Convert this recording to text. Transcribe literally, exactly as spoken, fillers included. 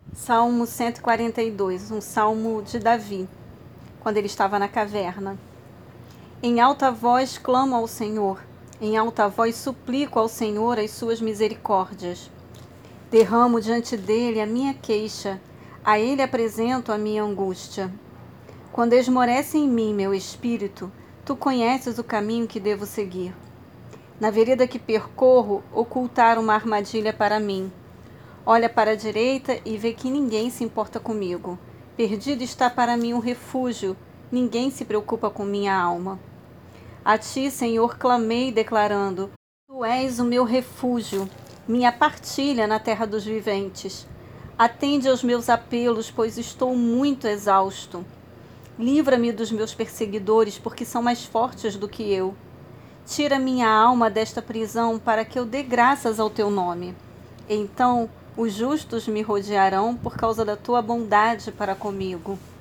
Salmo cento e quarenta e dois, um salmo de Davi, quando ele estava na caverna. Em alta voz clamo ao Senhor, em alta voz suplico ao Senhor as suas misericórdias. Derramo diante dele a minha queixa, a ele apresento a minha angústia. Quando esmorece em mim meu espírito, tu conheces o caminho que devo seguir. Na vereda que percorro, ocultaram uma armadilha para mim. Olha para a direita e vê que ninguém se importa comigo. Perdido está para mim um refúgio, ninguém se preocupa com minha alma. A ti, Senhor, clamei, declarando: Tu és o meu refúgio, minha partilha na terra dos viventes. Atende aos meus apelos, pois estou muito exausto. Livra-me dos meus perseguidores, porque são mais fortes do que eu. Tira minha alma desta prisão, para que eu dê graças ao teu nome. Então os justos me rodearão por causa da tua bondade para comigo.